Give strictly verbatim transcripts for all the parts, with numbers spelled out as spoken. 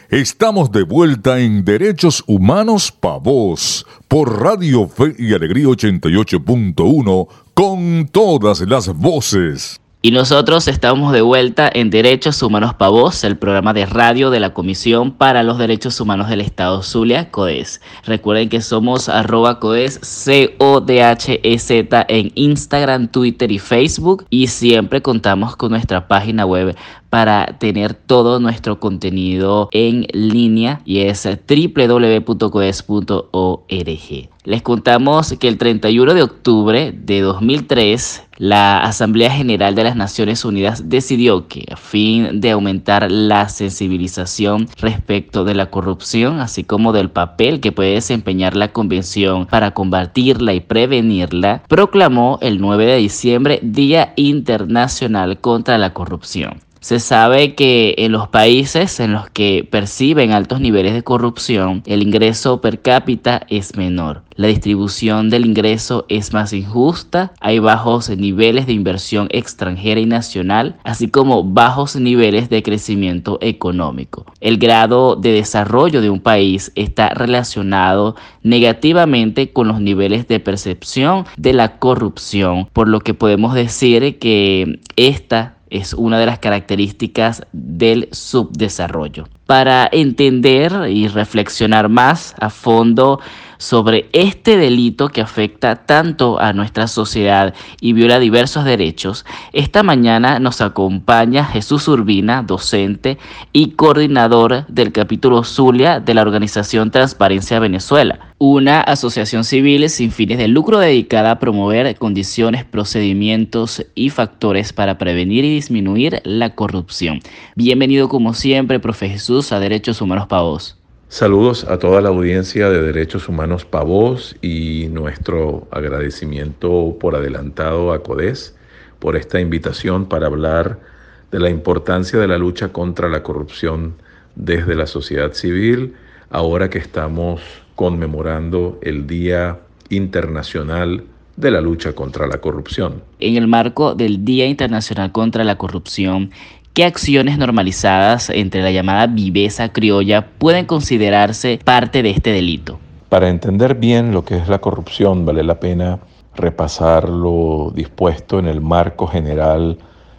Estamos de vuelta en Derechos Humanos Pa' Vos, por Radio Fe y Alegría ochenta y ocho punto uno, con todas las voces. Y nosotros estamos de vuelta en Derechos Humanos Pa' Vos, el programa de radio de la Comisión para los Derechos Humanos del Estado Zulia, CODES. Recuerden que somos arroba CODES, C O D H E Z en Instagram, Twitter y Facebook. Y siempre contamos con nuestra página web para tener todo nuestro contenido en línea y es doble u doble u doble u punto codes punto org. Les contamos que el treinta y uno de octubre de dos mil tres la Asamblea General de las Naciones Unidas decidió que, a fin de aumentar la sensibilización respecto de la corrupción, así como del papel que puede desempeñar la Convención para combatirla y prevenirla, proclamó el nueve de diciembre Día Internacional contra la Corrupción. Se sabe que en los países en los que perciben altos niveles de corrupción, el ingreso per cápita es menor. La distribución del ingreso es más injusta, hay bajos niveles de inversión extranjera y nacional, así como bajos niveles de crecimiento económico. El grado de desarrollo de un país está relacionado negativamente con los niveles de percepción de la corrupción, por lo que podemos decir que esta es una de las características del subdesarrollo. Para entender y reflexionar más a fondo sobre este delito que afecta tanto a nuestra sociedad y viola diversos derechos, esta mañana nos acompaña Jesús Urbina, docente y coordinador del capítulo Zulia de la organización Transparencia Venezuela, una asociación civil sin fines de lucro dedicada a promover condiciones, procedimientos y factores para prevenir y disminuir la corrupción. Bienvenido como siempre, profe Jesús, a Derechos Humanos Pa' Vos. Saludos a toda la audiencia de Derechos Humanos Pa' Vos y nuestro agradecimiento por adelantado a CODES por esta invitación para hablar de la importancia de la lucha contra la corrupción desde la sociedad civil, ahora que estamos conmemorando el Día Internacional de la Lucha contra la Corrupción. En el marco del Día Internacional contra la Corrupción, ¿qué acciones normalizadas entre la llamada viveza criolla pueden considerarse parte de este delito? Para entender bien lo que es la corrupción, vale la pena repasar lo dispuesto en el marco general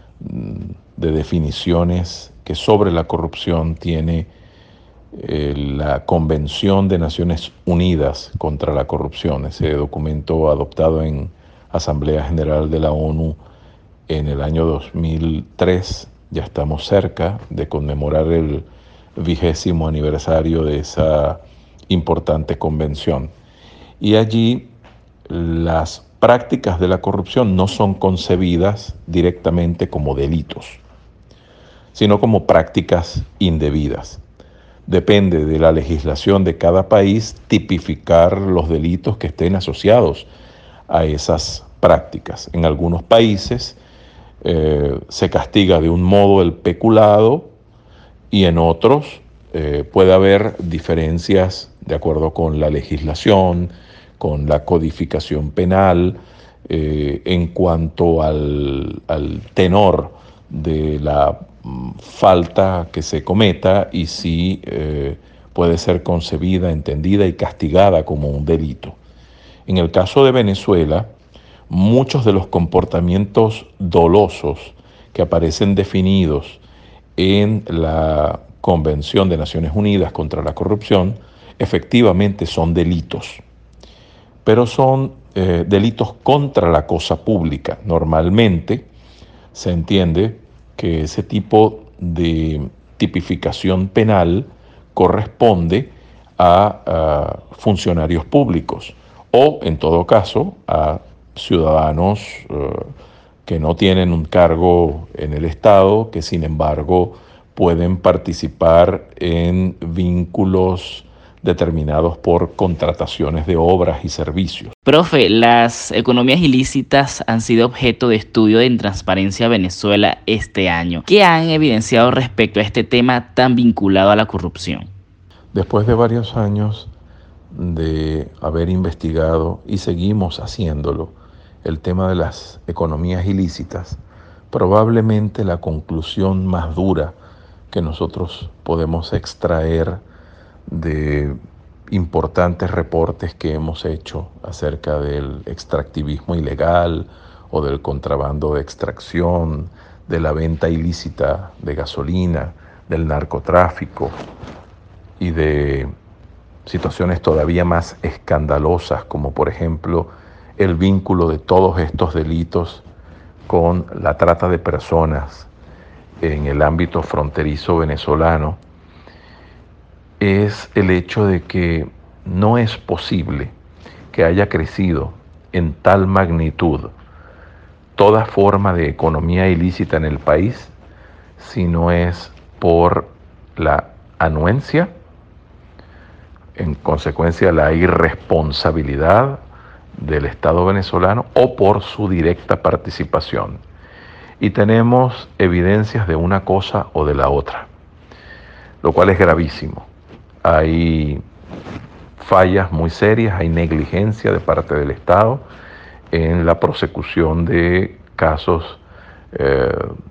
de definiciones que sobre la corrupción tiene eh, la Convención de Naciones Unidas contra la Corrupción, ese documento adoptado en Asamblea General de la ONU en el año dos mil tres. Ya estamos cerca de conmemorar el vigésimo aniversario de esa importante convención. Y allí las prácticas de la corrupción no son concebidas directamente como delitos, sino como prácticas indebidas. Depende de la legislación de cada país tipificar los delitos que estén asociados a esas prácticas. En algunos países Eh, se castiga de un modo el peculado y en otros eh, puede haber diferencias de acuerdo con la legislación, con la codificación penal, eh, en cuanto al, al tenor de la mm, falta que se cometa y si eh, puede ser concebida, entendida y castigada como un delito. En el caso de Venezuela, muchos de los comportamientos dolosos que aparecen definidos en la Convención de Naciones Unidas contra la Corrupción efectivamente son delitos, pero son eh, delitos contra la cosa pública. Normalmente se entiende que ese tipo de tipificación penal corresponde a, a funcionarios públicos o, en todo caso, a ciudadanos uh, que no tienen un cargo en el Estado, que sin embargo pueden participar en vínculos determinados por contrataciones de obras y servicios. Profe, las economías ilícitas han sido objeto de estudio en Transparencia Venezuela este año. ¿Qué han evidenciado respecto a este tema tan vinculado a la corrupción? Después de varios años de haber investigado, y seguimos haciéndolo, el tema de las economías ilícitas, probablemente la conclusión más dura que nosotros podemos extraer de importantes reportes que hemos hecho acerca del extractivismo ilegal o del contrabando de extracción, de la venta ilícita de gasolina, del narcotráfico y de situaciones todavía más escandalosas, como por ejemplo el vínculo de todos estos delitos con la trata de personas en el ámbito fronterizo venezolano, es el hecho de que no es posible que haya crecido en tal magnitud toda forma de economía ilícita en el país si no es por la anuencia, en consecuencia la irresponsabilidad del Estado venezolano o por su directa participación. Y tenemos evidencias de una cosa o de la otra, lo cual es gravísimo. Hay fallas muy serias, hay negligencia de parte del Estado en la prosecución de casos eh,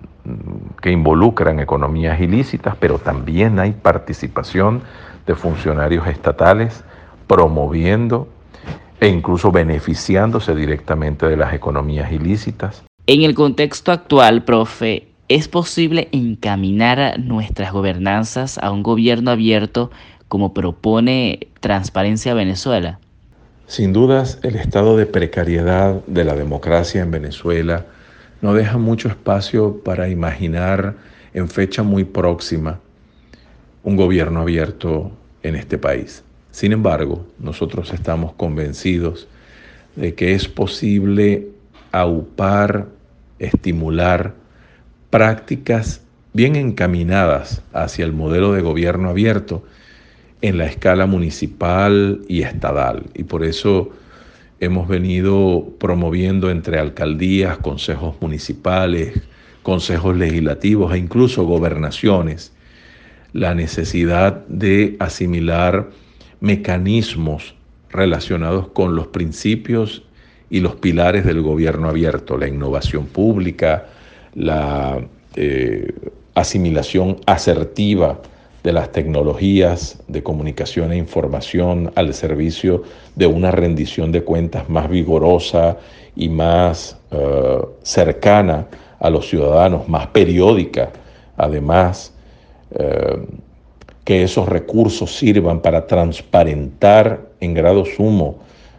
que involucran economías ilícitas, pero también hay participación de funcionarios estatales promoviendo e incluso beneficiándose directamente de las economías ilícitas. En el contexto actual, profe, ¿es posible encaminar nuestras gobernanzas a un gobierno abierto como propone Transparencia Venezuela? Sin dudas, el estado de precariedad de la democracia en Venezuela no deja mucho espacio para imaginar en fecha muy próxima un gobierno abierto en este país. Sin embargo, nosotros estamos convencidos de que es posible aupar, estimular prácticas bien encaminadas hacia el modelo de gobierno abierto en la escala municipal y estatal. Y por eso hemos venido promoviendo entre alcaldías, consejos municipales, consejos legislativos e incluso gobernaciones la necesidad de asimilar mecanismos relacionados con los principios y los pilares del gobierno abierto, la innovación pública, la eh, asimilación asertiva de las tecnologías de comunicación e información al servicio de una rendición de cuentas más vigorosa y más uh, cercana a los ciudadanos, más periódica, además, uh, que esos recursos sirvan para transparentar en grado sumo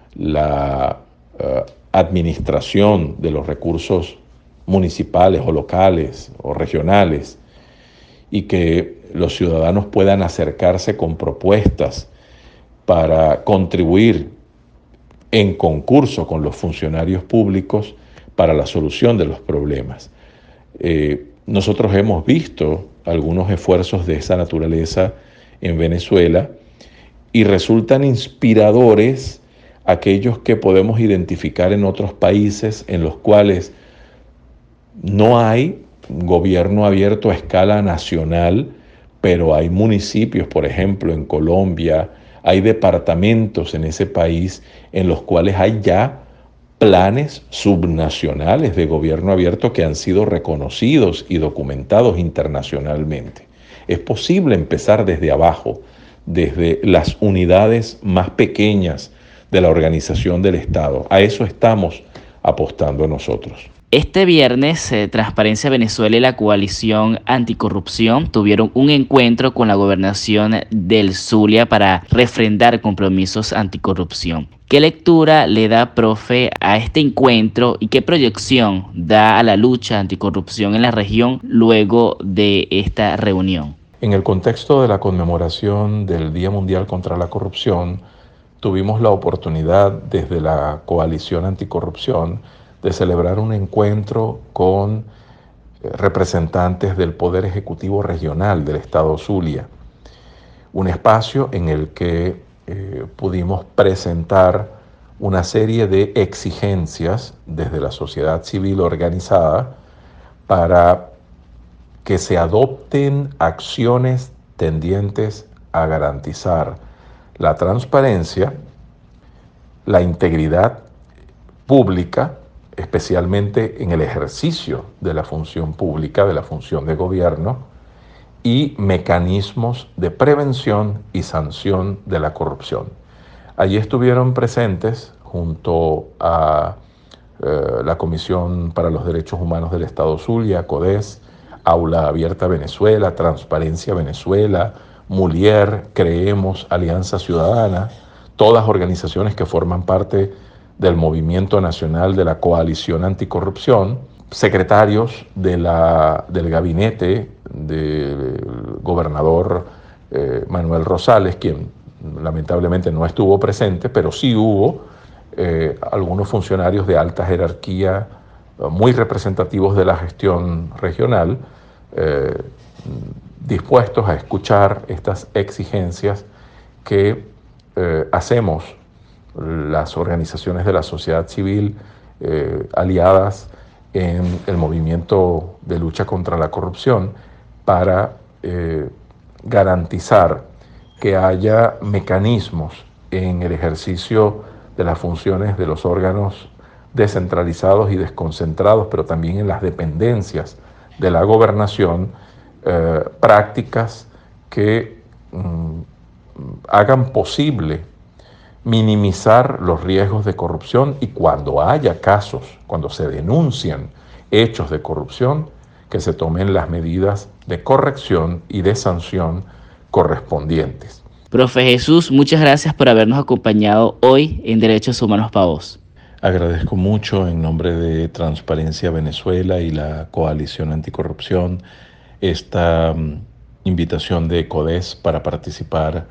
la uh, administración de los recursos municipales o locales o regionales, y que los ciudadanos puedan acercarse con propuestas para contribuir en concurso con los funcionarios públicos para la solución de los problemas. Eh, nosotros hemos visto algunos esfuerzos de esa naturaleza en Venezuela y resultan inspiradores aquellos que podemos identificar en otros países en los cuales no hay gobierno abierto a escala nacional, pero hay municipios, por ejemplo, en Colombia, hay departamentos en ese país en los cuales hay ya planes subnacionales de gobierno abierto que han sido reconocidos y documentados internacionalmente. Es posible empezar desde abajo, desde las unidades más pequeñas de la organización del Estado. A eso estamos apostando nosotros. Este viernes, eh, Transparencia Venezuela y la Coalición Anticorrupción tuvieron un encuentro con la gobernación del Zulia para refrendar compromisos anticorrupción. ¿Qué lectura le da, profe, a este encuentro y qué proyección da a la lucha anticorrupción en la región luego de esta reunión? En el contexto de la conmemoración del Día Mundial contra la Corrupción, tuvimos la oportunidad desde la Coalición Anticorrupción de celebrar un encuentro con representantes del Poder Ejecutivo Regional del Estado Zulia, un espacio en el que eh, pudimos presentar una serie de exigencias desde la sociedad civil organizada para que se adopten acciones tendientes a garantizar la transparencia, la integridad pública, especialmente en el ejercicio de la función pública, de la función de gobierno, y mecanismos de prevención y sanción de la corrupción. Allí estuvieron presentes, junto a eh, la Comisión para los Derechos Humanos del Estado Zulia, CODES, Aula Abierta Venezuela, Transparencia Venezuela, Mulier, Creemos, Alianza Ciudadana, todas organizaciones que forman parte del Movimiento Nacional de la Coalición Anticorrupción, secretarios de la, del gabinete del gobernador eh, Manuel Rosales, quien lamentablemente no estuvo presente, pero sí hubo eh, algunos funcionarios de alta jerarquía muy representativos de la gestión regional, eh, dispuestos a escuchar estas exigencias que eh, hacemos las organizaciones de la sociedad civil eh, aliadas en el movimiento de lucha contra la corrupción para eh, garantizar que haya mecanismos en el ejercicio de las funciones de los órganos descentralizados y desconcentrados, pero también en las dependencias de la gobernación, eh, prácticas que mm, hagan posible minimizar los riesgos de corrupción y cuando haya casos, cuando se denuncian hechos de corrupción, que se tomen las medidas de corrección y de sanción correspondientes. Profe Jesús, muchas gracias por habernos acompañado hoy en Derechos Humanos para Vos. Agradezco mucho en nombre de Transparencia Venezuela y la Coalición Anticorrupción esta um, invitación de CODES para participar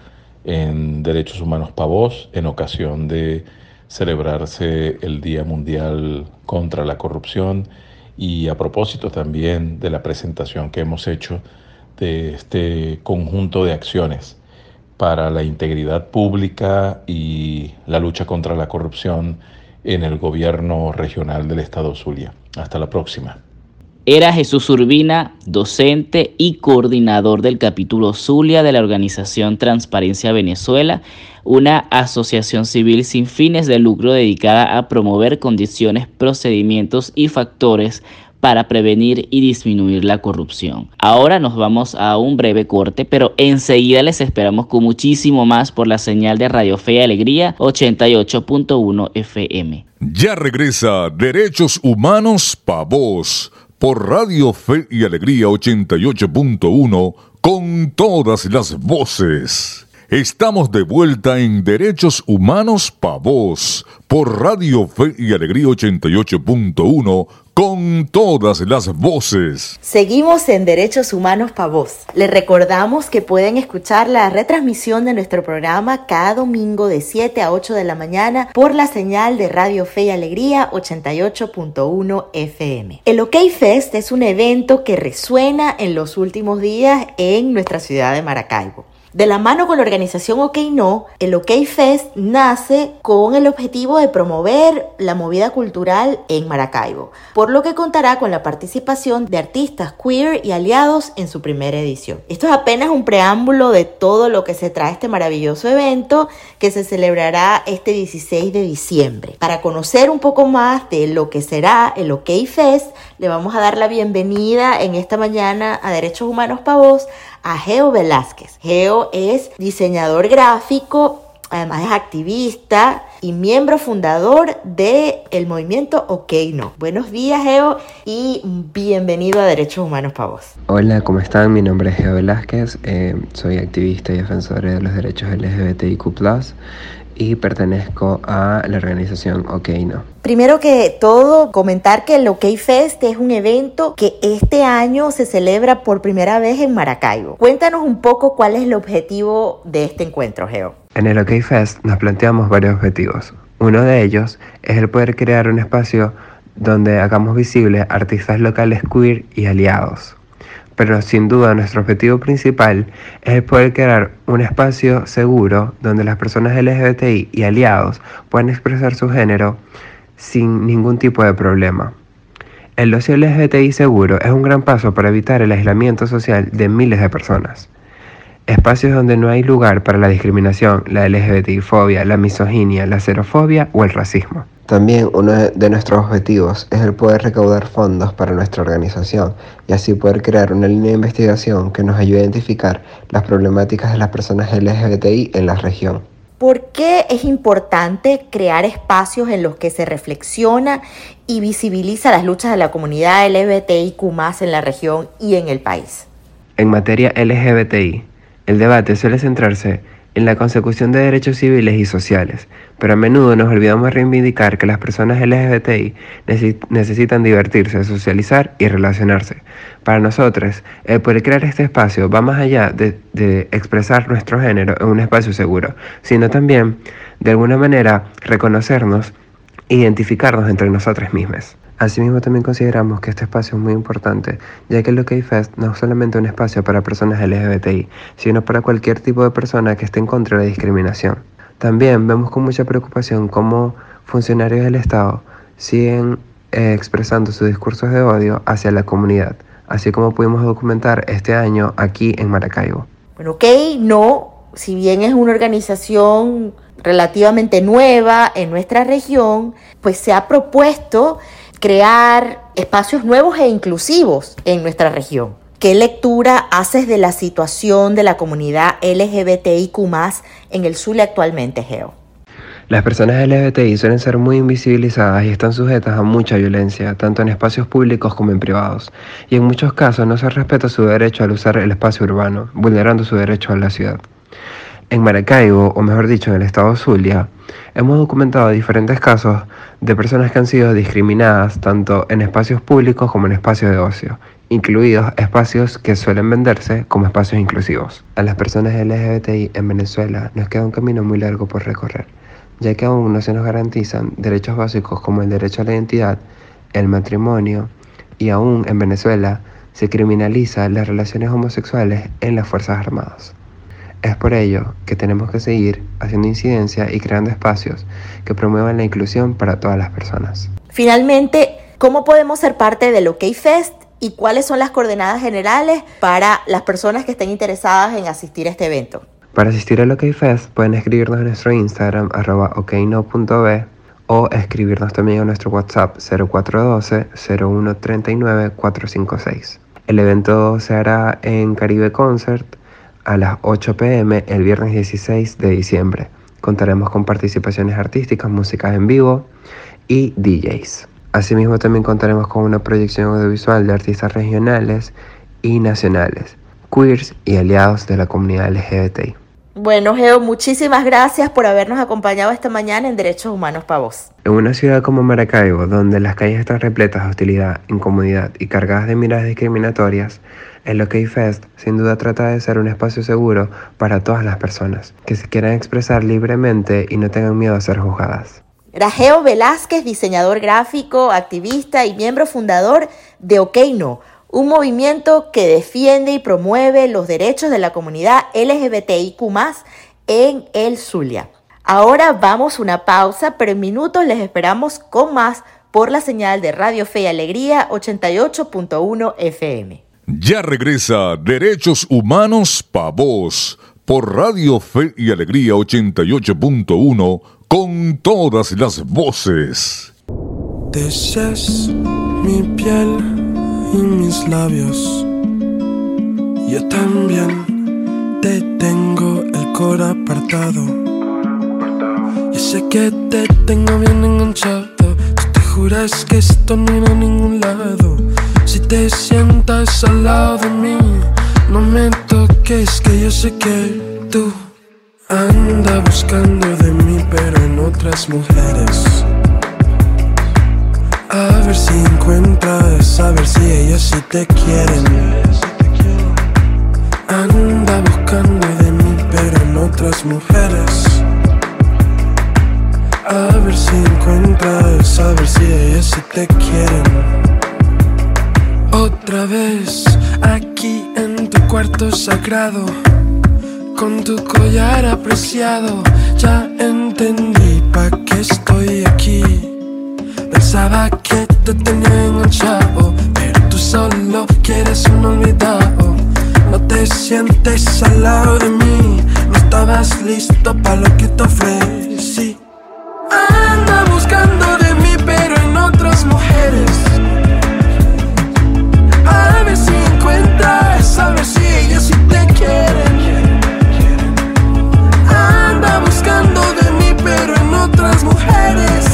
en Derechos Humanos para Vos en ocasión de celebrarse el Día Mundial contra la Corrupción y a propósito también de la presentación que hemos hecho de este conjunto de acciones para la integridad pública y la lucha contra la corrupción en el gobierno regional del Estado Zulia. Hasta la próxima. Era Jesús Urbina, docente y coordinador del capítulo Zulia de la organización Transparencia Venezuela, una asociación civil sin fines de lucro dedicada a promover condiciones, procedimientos y factores para prevenir y disminuir la corrupción. Ahora nos vamos a un breve corte, pero enseguida les esperamos con muchísimo más por la señal de Radio Fe y Alegría ochenta y ocho punto uno F M. Ya regresa Derechos Humanos pa' Vos por Radio Fe y Alegría ochenta y ocho punto uno con todas las voces. Estamos de vuelta en Derechos Humanos pa' Vos por Radio Fe y Alegría ochenta y ocho punto uno con todas las voces. Seguimos en Derechos Humanos pa' Vos. Les recordamos que pueden escuchar la retransmisión de nuestro programa cada domingo de siete a ocho de la mañana por la señal de Radio Fe y Alegría ochenta y ocho punto uno F M. El OK Fest es un evento que resuena en los últimos días en nuestra ciudad de Maracaibo. De la mano con la organización OK No, el OK Fest nace con el objetivo de promover la movida cultural en Maracaibo, por lo que contará con la participación de artistas queer y aliados en su primera edición. Esto es apenas un preámbulo de todo lo que se trae este maravilloso evento que se celebrará este dieciséis de diciembre. Para conocer un poco más de lo que será el OK Fest, le vamos a dar la bienvenida en esta mañana a Derechos Humanos pa' Vos a Geo Velázquez. Geo es diseñador gráfico, además es activista y miembro fundador del movimiento OK No. Buenos días, Geo, y bienvenido a Derechos Humanos pa' Vos. Hola, ¿cómo están? Mi nombre es Geo Velázquez, eh, soy activista y defensor de los derechos L G B T I Q plus, y pertenezco a la organización OK No. Primero que todo, comentar que el OK Fest es un evento que este año se celebra por primera vez en Maracaibo. Cuéntanos un poco cuál es el objetivo de este encuentro, Geo. En el OK Fest nos planteamos varios objetivos. Uno de ellos es el poder crear un espacio donde hagamos visibles artistas locales queer y aliados. Pero sin duda nuestro objetivo principal es el poder crear un espacio seguro donde las personas L G B T I y aliados puedan expresar su género sin ningún tipo de problema. El ocio L G B T I seguro es un gran paso para evitar el aislamiento social de miles de personas. Espacios donde no hay lugar para la discriminación, la L G B T I fobia, la misoginia, la xerofobia o el racismo. También uno de nuestros objetivos es el poder recaudar fondos para nuestra organización y así poder crear una línea de investigación que nos ayude a identificar las problemáticas de las personas L G B T I en la región. ¿Por qué es importante crear espacios en los que se reflexiona y visibiliza las luchas de la comunidad L G B T I Q más, en la región y en el país? En materia L G B T I, el debate suele centrarse en la consecución de derechos civiles y sociales, pero a menudo nos olvidamos de reivindicar que las personas L G B T I necesitan divertirse, socializar y relacionarse. Para nosotros, el poder crear este espacio va más allá de, de expresar nuestro género en un espacio seguro, sino también, de alguna manera, reconocernos e identificarnos entre nosotros mismos. Asimismo, también consideramos que este espacio es muy importante, ya que el OK Fest no es solamente un espacio para personas L G B T I, sino para cualquier tipo de persona que esté en contra de la discriminación. También vemos con mucha preocupación cómo funcionarios del Estado siguen eh, expresando sus discursos de odio hacia la comunidad, así como pudimos documentar este año aquí en Maracaibo. Bueno, OK No, si bien es una organización relativamente nueva en nuestra región, pues se ha propuesto crear espacios nuevos e inclusivos en nuestra región. ¿Qué lectura haces de la situación de la comunidad L G B T I Q más, en el Zulia actualmente, Geo? Las personas L G B T I suelen ser muy invisibilizadas y están sujetas a mucha violencia, tanto en espacios públicos como en privados. Y en muchos casos no se respeta su derecho al usar el espacio urbano, vulnerando su derecho a la ciudad. En Maracaibo, o mejor dicho en el estado Zulia, hemos documentado diferentes casos de personas que han sido discriminadas tanto en espacios públicos como en espacios de ocio, incluidos espacios que suelen venderse como espacios inclusivos. A las personas L G B T I en Venezuela nos queda un camino muy largo por recorrer, ya que aún no se nos garantizan derechos básicos como el derecho a la identidad, el matrimonio, y aún en Venezuela se criminaliza las relaciones homosexuales en las Fuerzas Armadas. Es por ello que tenemos que seguir haciendo incidencia y creando espacios que promuevan la inclusión para todas las personas. Finalmente, ¿cómo podemos ser parte del OK Fest y cuáles son las coordenadas generales para las personas que estén interesadas en asistir a este evento? Para asistir al OK Fest pueden escribirnos en nuestro Instagram arroba okno punto be o escribirnos también a nuestro WhatsApp cero cuatro uno dos, cero uno tres nueve, cuatro cinco seis. El evento se hará en Caribe Concert a las ocho pe eme el viernes dieciséis de diciembre. Contaremos con participaciones artísticas, músicas en vivo y D Js. Asimismo, también contaremos con una proyección audiovisual de artistas regionales y nacionales, queers y aliados de la comunidad L G B T I. Bueno, Geo, muchísimas gracias por habernos acompañado esta mañana en Derechos Humanos para Vos. En una ciudad como Maracaibo, donde las calles están repletas de hostilidad, incomodidad y cargadas de miradas discriminatorias, el OK Fest sin duda trata de ser un espacio seguro para todas las personas que se quieran expresar libremente y no tengan miedo a ser juzgadas. Era Geo Velázquez, diseñador gráfico, activista y miembro fundador de OK No, un movimiento que defiende y promueve los derechos de la comunidad L G B T I Q más, en el Zulia. Ahora vamos a una pausa, pero en minutos les esperamos con más por la señal de Radio Fe y Alegría ochenta y ocho punto uno F M. Ya regresa Derechos Humanos pa' Vos por Radio Fe y Alegría ochenta y ocho punto uno con todas las voces. Deseas mi piel y mis labios. Yo también te tengo el cora apartado. Yo sé que te tengo bien enganchado. Si te juras que esto no irá a ningún lado. Si te sientas al lado de mí, no me toques, que yo sé que tú andas buscando de mí, pero en otras mujeres. A ver si encuentras, a ver si ellas sí te quieren. Anda buscando de mí, pero en otras mujeres. A ver si encuentras, a ver si ellas sí te quieren. Otra vez, aquí en tu cuarto sagrado, con tu collar apreciado. Ya entendí pa' qué estoy aquí. Pensaba que te tenía enganchado, pero tú solo quieres un olvidado. No te sientes al lado de mí, no estabas listo para lo que te ofrecí. Anda buscando de mí pero en otras mujeres. A ver si encuentras, a ver si ellas sí te quieren. Anda buscando de mí pero en otras mujeres.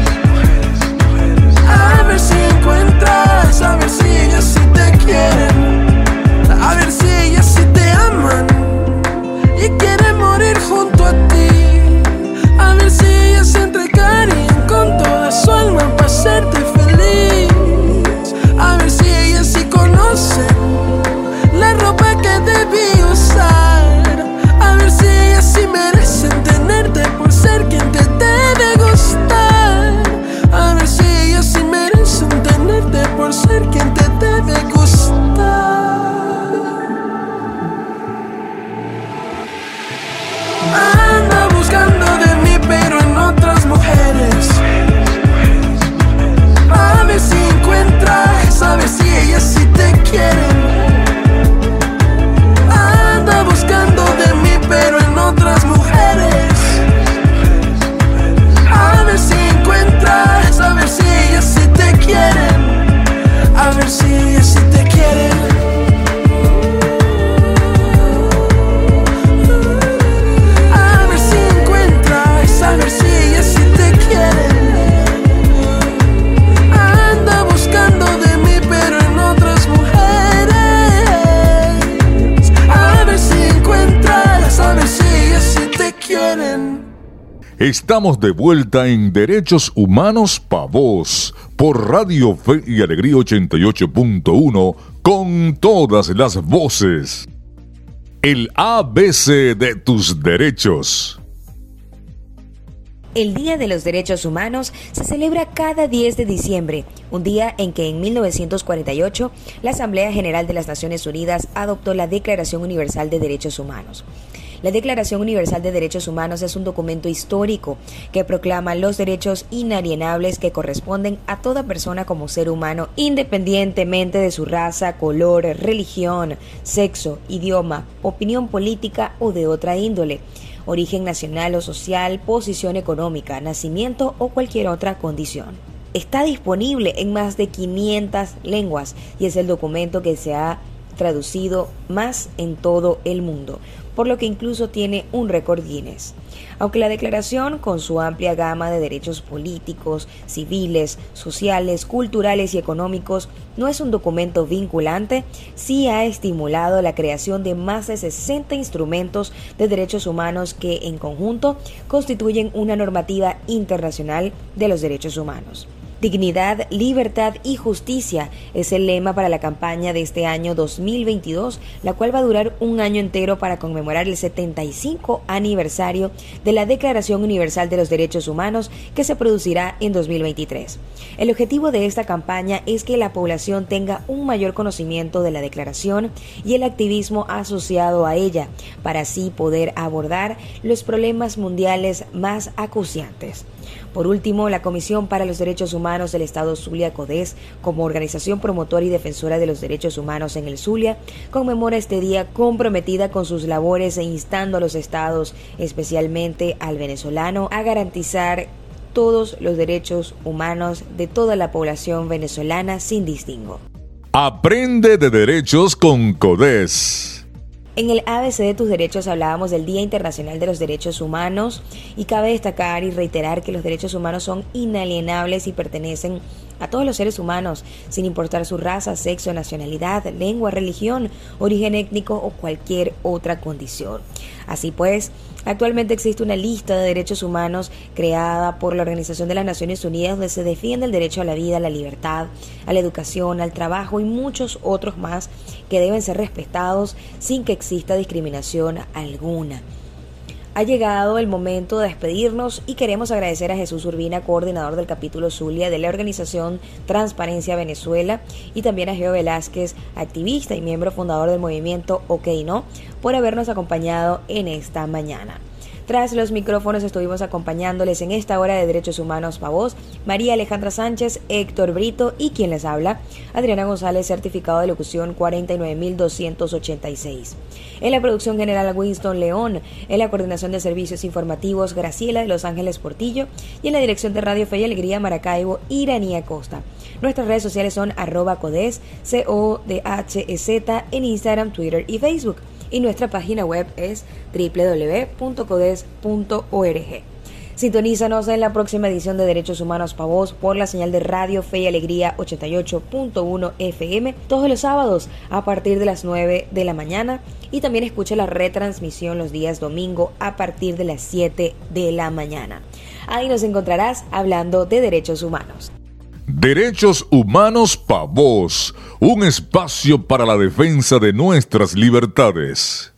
A ver si encuentras, a ver si ellas sí te quieren. A ver si ellas sí te aman y quieren morir junto a ti. A ver si ellas se entregarían con toda su alma para hacerte feliz. A ver si ellas sí conocen la ropa que debí usar. A ver si ellas sí merecen tenerte por ser quien te debe gustar. A ver si ellas sí merecen tenerte por ser quien te debe gustar. Anda buscando de mí pero en otras mujeres. A ver si encuentras, a ver si ellas sí te quieren. Anda buscando de mí pero en otras mujeres. A ver si encuentras, a ver si ellas sí te quieren. A ver si ellas sí te quieren. A ver si encuentras, a ver si ellas sí te quieren. Anda buscando de mí pero en otras mujeres. A ver si encuentras, a ver si ellas sí te quieren. Estamos de vuelta en Derechos Humanos Pa' Vos por Radio Fe y Alegría ochenta y ocho punto uno con todas las voces. El A B C de tus derechos. El Día de los Derechos Humanos se celebra cada diez de diciembre, un día en que en mil novecientos cuarenta y ocho la Asamblea General de las Naciones Unidas adoptó la Declaración Universal de Derechos Humanos. La Declaración Universal de Derechos Humanos es un documento histórico que proclama los derechos inalienables que corresponden a toda persona como ser humano, independientemente de su raza, color, religión, sexo, idioma, opinión política o de otra índole, origen nacional o social, posición económica, nacimiento o cualquier otra condición. Está disponible en más de quinientas lenguas y es el documento que se ha traducido más en todo el mundo, por lo que incluso tiene un récord Guinness. Aunque la declaración, con su amplia gama de derechos políticos, civiles, sociales, culturales y económicos, no es un documento vinculante, sí ha estimulado la creación de más de sesenta instrumentos de derechos humanos que, en conjunto, constituyen una normativa internacional de los derechos humanos. Dignidad, libertad y justicia es el lema para la campaña de este año dos mil veintidós, la cual va a durar un año entero para conmemorar el setenta y cinco aniversario de la Declaración Universal de los Derechos Humanos, que se producirá en dos mil veintitrés. El objetivo de esta campaña es que la población tenga un mayor conocimiento de la declaración y el activismo asociado a ella, para así poder abordar los problemas mundiales más acuciantes. Por último, la Comisión para los Derechos Humanos del Estado Zulia, CODES, como organización promotora y defensora de los derechos humanos en el Zulia, conmemora este día comprometida con sus labores e instando a los estados, especialmente al venezolano, a garantizar todos los derechos humanos de toda la población venezolana sin distingo. Aprende de derechos con CODES. En el A B C de tus derechos hablábamos del Día Internacional de los Derechos Humanos y cabe destacar y reiterar que los derechos humanos son inalienables y pertenecen a todos los seres humanos, sin importar su raza, sexo, nacionalidad, lengua, religión, origen étnico o cualquier otra condición. Así pues, actualmente existe una lista de derechos humanos creada por la Organización de las Naciones Unidas donde se defiende el derecho a la vida, a la libertad, a la educación, al trabajo y muchos otros más que deben ser respetados sin que exista discriminación alguna. Ha llegado el momento de despedirnos y queremos agradecer a Jesús Urbina, coordinador del capítulo Zulia de la organización Transparencia Venezuela, y también a Geo Velázquez, activista y miembro fundador del movimiento OK No, por habernos acompañado en esta mañana. Tras los micrófonos estuvimos acompañándoles en esta hora de Derechos Humanos para Vos, María Alejandra Sánchez, Héctor Brito y quien les habla, Adriana González, certificado de locución cuarenta y nueve mil doscientos ochenta y seis. En la producción general Winston León, en la coordinación de servicios informativos Graciela de Los Ángeles Portillo y en la dirección de Radio Fe y Alegría Maracaibo, Iranía Costa. Nuestras redes sociales son arroba codes, C O D H E Z en Instagram, Twitter y Facebook. Y nuestra página web es doble u doble u doble u punto codes punto org. Sintonízanos en la próxima edición de Derechos Humanos para Vos por la señal de Radio Fe y Alegría ochenta y ocho punto uno F M todos los sábados a partir de las nueve de la mañana y también escuche la retransmisión los días domingo a partir de las siete de la mañana. Ahí nos encontrarás hablando de derechos humanos. Derechos Humanos para Vos, un espacio para la defensa de nuestras libertades.